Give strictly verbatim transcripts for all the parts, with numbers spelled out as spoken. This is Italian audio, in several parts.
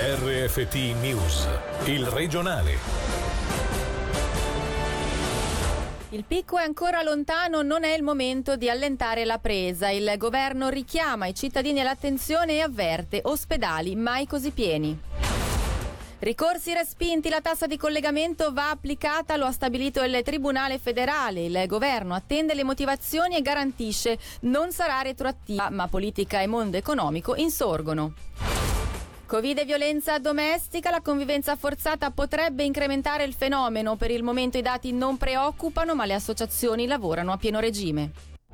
R F T News, il regionale. Il picco è ancora lontano, non è il momento di allentare la presa. Il governo richiama i cittadini all'attenzione e avverte: ospedali mai così pieni. Ricorsi respinti, la tassa di collegamento va applicata, lo ha stabilito il Tribunale federale. Il governo attende le motivazioni e garantisce non sarà retroattiva, ma politica e mondo economico insorgono. Covid e violenza domestica, la convivenza forzata potrebbe incrementare il fenomeno. Per il momento i dati non preoccupano, ma le associazioni lavorano a pieno regime.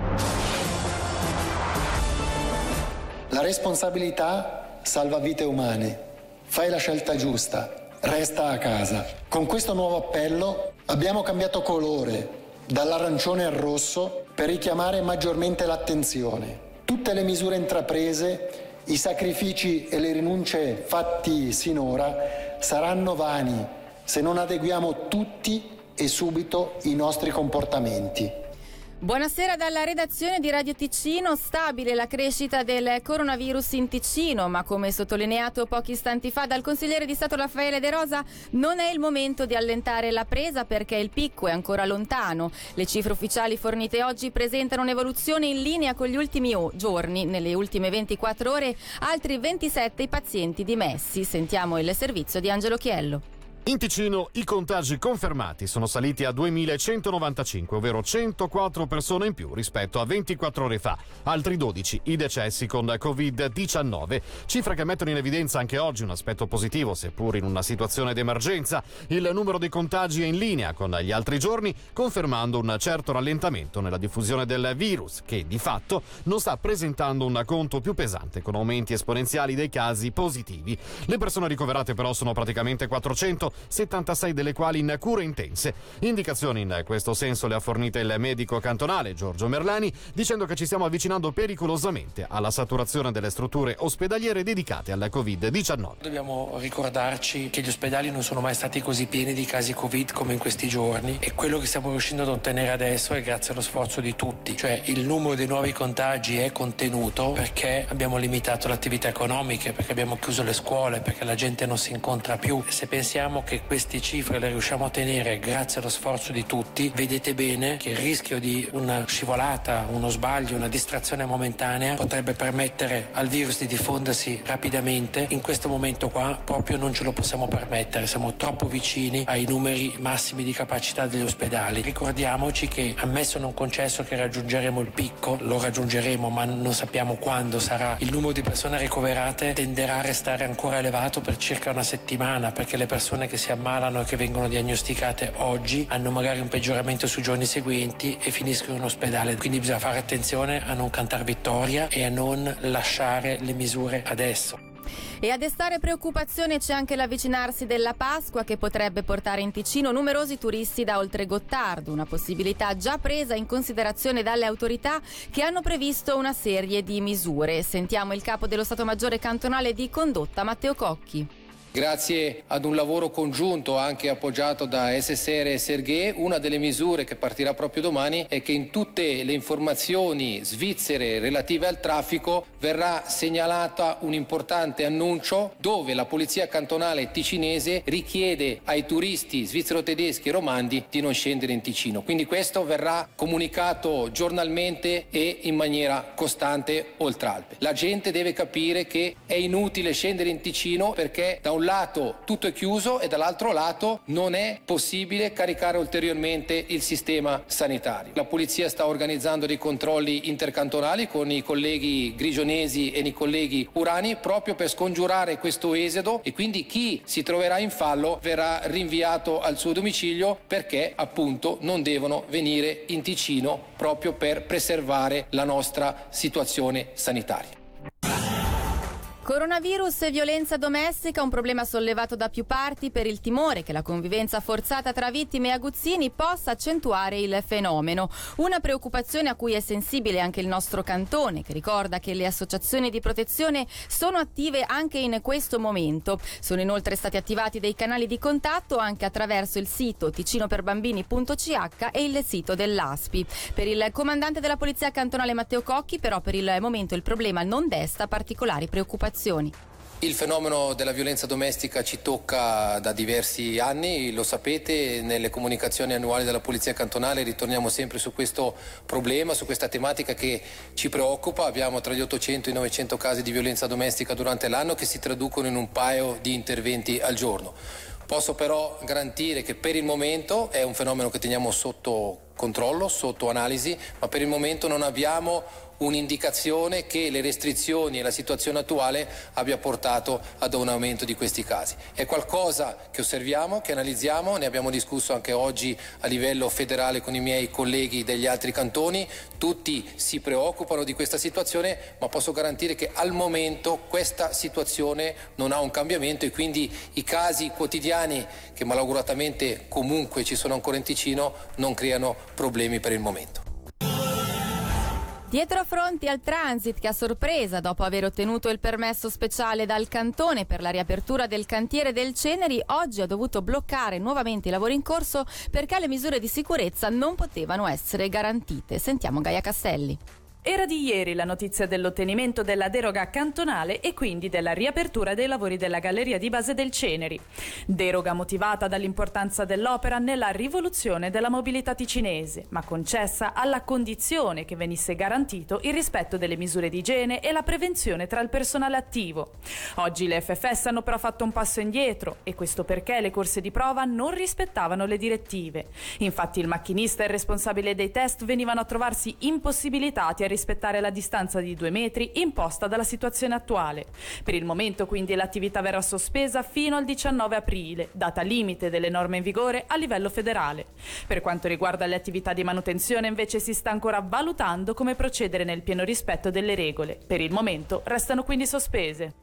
La responsabilità salva vite umane. Fai la scelta giusta, resta a casa. Con questo nuovo appello abbiamo cambiato colore, dall'arancione al rosso, per richiamare maggiormente l'attenzione. Tutte le misure intraprese, i sacrifici e le rinunce fatti sinora saranno vani se non adeguiamo tutti e subito i nostri comportamenti. Buonasera dalla redazione di Radio Ticino. Stabile la crescita del coronavirus in Ticino, ma come sottolineato pochi istanti fa dal consigliere di Stato Raffaele De Rosa, non è il momento di allentare la presa perché il picco è ancora lontano. Le cifre ufficiali fornite oggi presentano un'evoluzione in linea con gli ultimi o- giorni. Nelle ultime ventiquattro ore altri ventisette i pazienti dimessi. Sentiamo il servizio di Angelo Chiello. In Ticino i contagi confermati sono saliti a duemilacentonovantacinque, ovvero centoquattro persone in più rispetto a ventiquattro ore fa. Altri dodici i decessi con covid diciannove, cifre che mettono in evidenza anche oggi un aspetto positivo, seppur in una situazione d'emergenza. Il numero dei contagi è in linea con gli altri giorni, confermando un certo rallentamento nella diffusione del virus, che di fatto non sta presentando un conto più pesante, con aumenti esponenziali dei casi positivi. Le persone ricoverate però sono praticamente quattrocento, settantasei delle quali in cure intense. Indicazioni in questo senso le ha fornite il medico cantonale Giorgio Merlani, dicendo che ci stiamo avvicinando pericolosamente alla saturazione delle strutture ospedaliere dedicate al covid diciannove. Dobbiamo ricordarci che gli ospedali non sono mai stati così pieni di casi Covid come in questi giorni, e quello che stiamo riuscendo ad ottenere adesso è grazie allo sforzo di tutti. Cioè, il numero dei nuovi contagi è contenuto perché abbiamo limitato le attività economiche, perché abbiamo chiuso le scuole, perché la gente non si incontra più. Se pensiamo che queste cifre le riusciamo a ottenere grazie allo sforzo di tutti, vedete bene che il rischio di una scivolata, uno sbaglio, una distrazione momentanea potrebbe permettere al virus di diffondersi rapidamente. In questo momento qua proprio non ce lo possiamo permettere, siamo troppo vicini ai numeri massimi di capacità degli ospedali. Ricordiamoci che, ammesso non concesso che raggiungeremo il picco, lo raggiungeremo ma non sappiamo quando sarà, il numero di persone ricoverate tenderà a restare ancora elevato per circa una settimana, perché le persone che si ammalano e che vengono diagnosticate oggi hanno magari un peggioramento sui giorni seguenti e finiscono in ospedale. Quindi bisogna fare attenzione a non cantar vittoria e a non lasciare le misure adesso. E a destare preoccupazione c'è anche l'avvicinarsi della Pasqua, che potrebbe portare in Ticino numerosi turisti da oltre Gottardo, una possibilità già presa in considerazione dalle autorità che hanno previsto una serie di misure. Sentiamo il capo dello Stato Maggiore cantonale di Condotta, Matteo Cocchi. Grazie ad un lavoro congiunto anche appoggiato da S S R e Serghe, una delle misure che partirà proprio domani è che in tutte le informazioni svizzere relative al traffico verrà segnalata un importante annuncio dove la polizia cantonale ticinese richiede ai turisti svizzero-tedeschi e romandi di non scendere in Ticino. Quindi questo verrà comunicato giornalmente e in maniera costante oltre Alpe. La gente deve capire che è inutile scendere in Ticino perché da un un lato tutto è chiuso e dall'altro lato non è possibile caricare ulteriormente il sistema sanitario. La polizia sta organizzando dei controlli intercantonali con i colleghi grigionesi e i colleghi urani proprio per scongiurare questo esodo, e quindi chi si troverà in fallo verrà rinviato al suo domicilio, perché appunto non devono venire in Ticino proprio per preservare la nostra situazione sanitaria. Coronavirus e violenza domestica, un problema sollevato da più parti per il timore che la convivenza forzata tra vittime e aguzzini possa accentuare il fenomeno. Una preoccupazione a cui è sensibile anche il nostro cantone, che ricorda che le associazioni di protezione sono attive anche in questo momento. Sono inoltre stati attivati dei canali di contatto anche attraverso il sito ticinoperbambini punto c h e il sito dell'A S P I. Per il comandante della Polizia Cantonale Matteo Cocchi, però, per il momento il problema non desta particolari preoccupazioni. Il fenomeno della violenza domestica ci tocca da diversi anni, lo sapete, nelle comunicazioni annuali della Polizia Cantonale ritorniamo sempre su questo problema, su questa tematica che ci preoccupa. Abbiamo tra gli ottocento e i novecento casi di violenza domestica durante l'anno che si traducono in un paio di interventi al giorno. Posso però garantire che per il momento è un fenomeno che teniamo sotto controllo, sotto analisi, ma per il momento non abbiamo un'indicazione che le restrizioni e la situazione attuale abbia portato ad un aumento di questi casi. È qualcosa che osserviamo, che analizziamo, ne abbiamo discusso anche oggi a livello federale con i miei colleghi degli altri cantoni, tutti si preoccupano di questa situazione, ma posso garantire che al momento questa situazione non ha un cambiamento e quindi i casi quotidiani che malauguratamente comunque ci sono ancora in Ticino non creano problemi per il momento. Dietro fronti al Transit che a sorpresa, dopo aver ottenuto il permesso speciale dal Cantone per la riapertura del cantiere del Ceneri, oggi ha dovuto bloccare nuovamente i lavori in corso perché le misure di sicurezza non potevano essere garantite. Sentiamo Gaia Castelli. Era di ieri la notizia dell'ottenimento della deroga cantonale e quindi della riapertura dei lavori della galleria di base del Ceneri. Deroga motivata dall'importanza dell'opera nella rivoluzione della mobilità ticinese, ma concessa alla condizione che venisse garantito il rispetto delle misure di igiene e la prevenzione tra il personale attivo. Oggi le F F S hanno però fatto un passo indietro e questo perché le corse di prova non rispettavano le direttive. Infatti il macchinista e il responsabile dei test venivano a trovarsi impossibilitati a rispettare la distanza di due metri imposta dalla situazione attuale. Per il momento quindi l'attività verrà sospesa fino al diciannove aprile, data limite delle norme in vigore a livello federale. Per quanto riguarda le attività di manutenzione invece si sta ancora valutando come procedere nel pieno rispetto delle regole. Per il momento restano quindi sospese.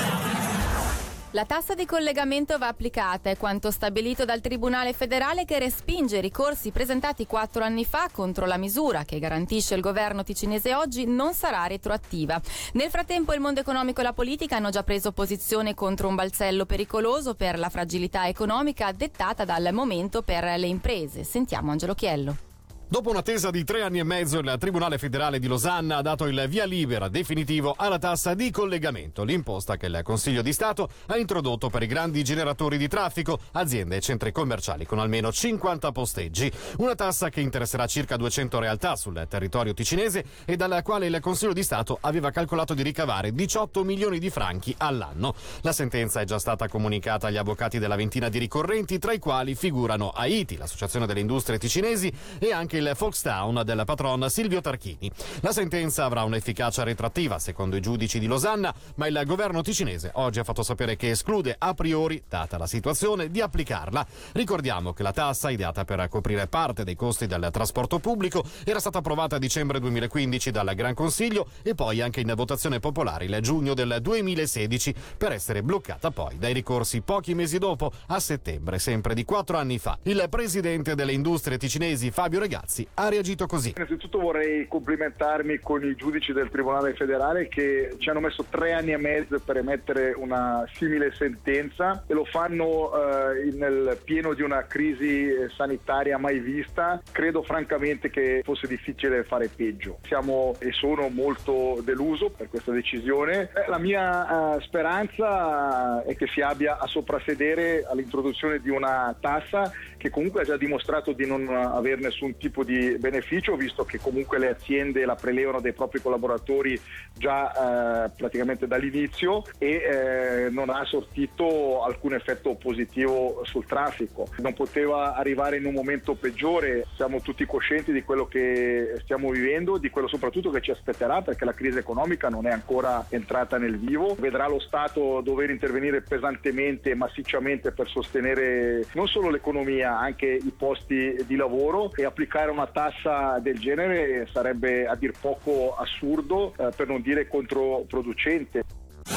La tassa di collegamento va applicata, è quanto stabilito dal Tribunale federale che respinge i ricorsi presentati quattro anni fa contro la misura che garantisce il governo ticinese oggi non sarà retroattiva. Nel frattempo il mondo economico e la politica hanno già preso posizione contro un balzello pericoloso per la fragilità economica dettata dal momento per le imprese. Sentiamo Angelo Chiello. Dopo un'attesa di tre anni e mezzo, il Tribunale federale di Losanna ha dato il via libera definitivo alla tassa di collegamento, l'imposta che il Consiglio di Stato ha introdotto per i grandi generatori di traffico, aziende e centri commerciali con almeno cinquanta posteggi. Una tassa che interesserà circa duecento realtà sul territorio ticinese e dalla quale il Consiglio di Stato aveva calcolato di ricavare diciotto milioni di franchi all'anno. La sentenza è già stata comunicata agli avvocati della ventina di ricorrenti, tra i quali figurano A I T I, l'Associazione delle Industrie Ticinesi, e anche il Folkstown del patron Silvio Tarchini. La sentenza avrà un'efficacia retroattiva secondo i giudici di Losanna, ma il governo ticinese oggi ha fatto sapere che esclude a priori, data la situazione, di applicarla. Ricordiamo che la tassa, ideata per coprire parte dei costi del trasporto pubblico, era stata approvata a dicembre duemilaquindici dal Gran Consiglio e poi anche in votazione popolare il giugno del duemilasedici, per essere bloccata poi dai ricorsi pochi mesi dopo, a settembre, sempre di quattro anni fa. Il presidente delle industrie ticinesi, Fabio Regazzi, ha reagito così. Innanzitutto vorrei complimentarmi con i giudici del Tribunale federale che ci hanno messo tre anni e mezzo per emettere una simile sentenza e lo fanno eh, nel pieno di una crisi sanitaria mai vista. Credo francamente che fosse difficile fare peggio. Siamo e sono molto deluso per questa decisione. Eh, la mia eh, speranza è che si abbia a soprassedere all'introduzione di una tassa che comunque ha già dimostrato di non avere nessun tipo di beneficio, visto che comunque le aziende la prelevano dai propri collaboratori già eh, praticamente dall'inizio e eh, non ha sortito alcun effetto positivo sul traffico. Non poteva arrivare in un momento peggiore, siamo tutti coscienti di quello che stiamo vivendo, di quello soprattutto che ci aspetterà, perché la crisi economica non è ancora entrata nel vivo. Vedrà lo Stato dover intervenire pesantemente e massicciamente per sostenere non solo l'economia, anche i posti di lavoro, e applicare una tassa del genere sarebbe a dir poco assurdo, eh, per non dire controproducente.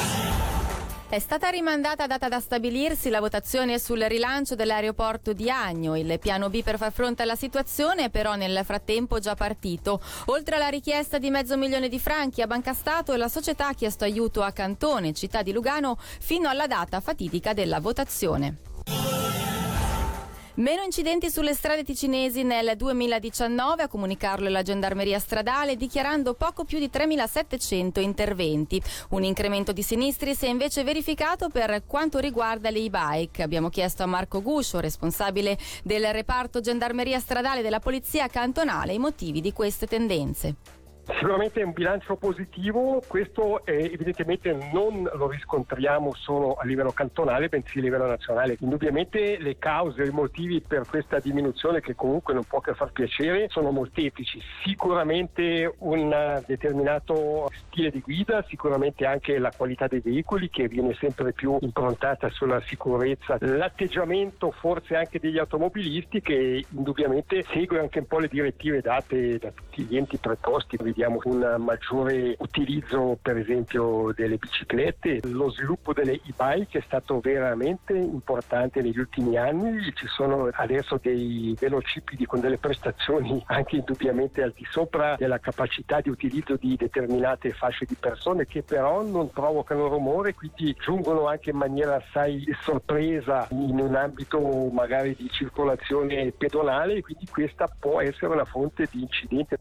È stata rimandata a data da stabilirsi la votazione sul rilancio dell'aeroporto di Agno. Il piano B per far fronte alla situazione è però nel frattempo già partito. Oltre alla richiesta di mezzo milione di franchi a Banca Stato, la società ha chiesto aiuto a Cantone, città di Lugano, fino alla data fatidica della votazione. Meno incidenti sulle strade ticinesi nel duemiladiciannove, a comunicarlo la Gendarmeria Stradale, dichiarando poco più di tremilasettecento interventi. Un incremento di sinistri si è invece verificato per quanto riguarda le e-bike. Abbiamo chiesto a Marco Guscio, responsabile del reparto Gendarmeria Stradale della Polizia Cantonale, i motivi di queste tendenze. Sicuramente è un bilancio positivo, questo è, evidentemente non lo riscontriamo solo a livello cantonale, bensì a livello nazionale. Indubbiamente le cause e i motivi per questa diminuzione, che comunque non può che far piacere, sono molteplici. Sicuramente un determinato stile di guida, sicuramente anche la qualità dei veicoli che viene sempre più improntata sulla sicurezza, l'atteggiamento forse anche degli automobilisti che indubbiamente segue anche un po' le direttive date da tutti gli enti preposti. Vediamo un maggiore utilizzo per esempio delle biciclette, lo sviluppo delle e-bike è stato veramente importante negli ultimi anni, ci sono adesso dei velocipedi con delle prestazioni anche indubbiamente al di sopra della capacità di utilizzo di determinate fasce di persone che però non provocano rumore, quindi giungono anche in maniera assai sorpresa in un ambito magari di circolazione pedonale, quindi questa può essere una fonte di incidente.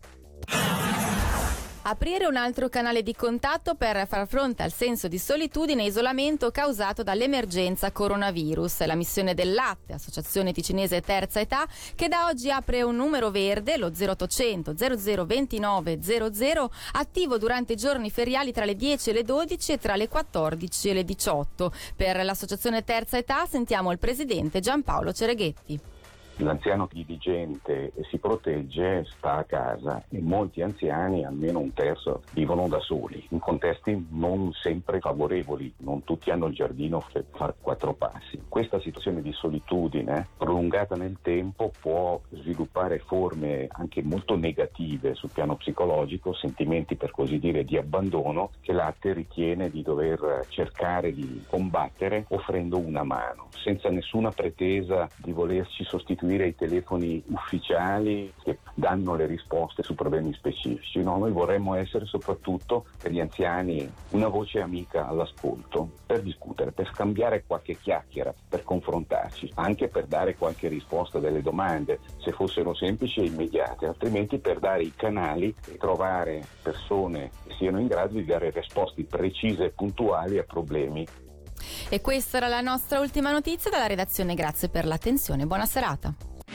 Aprire un altro canale di contatto per far fronte al senso di solitudine e isolamento causato dall'emergenza coronavirus. La missione del latte, associazione ticinese terza età, che da oggi apre un numero verde, lo zero ottocento zero zero ventinove zero zero, attivo durante i giorni feriali tra le dieci e le dodici e tra le quattordici e le diciotto. Per l'associazione terza età sentiamo il presidente Giampaolo Cereghetti. L'anziano indigente si protegge, sta a casa e molti anziani, almeno un terzo, vivono da soli, in contesti non sempre favorevoli, non tutti hanno il giardino per fare quattro passi. Questa situazione di solitudine prolungata nel tempo può sviluppare forme anche molto negative sul piano psicologico, sentimenti per così dire di abbandono che latte ritiene di dover cercare di combattere offrendo una mano, senza nessuna pretesa di volerci sostituire i telefoni ufficiali che danno le risposte su problemi specifici. No, noi vorremmo essere soprattutto per gli anziani una voce amica all'ascolto, per discutere, per scambiare qualche chiacchiera, per confrontarci, anche per dare qualche risposta delle domande, se fossero semplici e immediate, altrimenti per dare i canali e trovare persone che siano in grado di dare risposte precise e puntuali a problemi. E questa era la nostra ultima notizia dalla redazione. Grazie per l'attenzione, buona serata.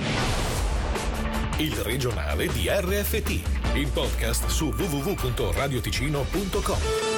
Il regionale di R F T, il podcast su w w w punto radioticino punto com.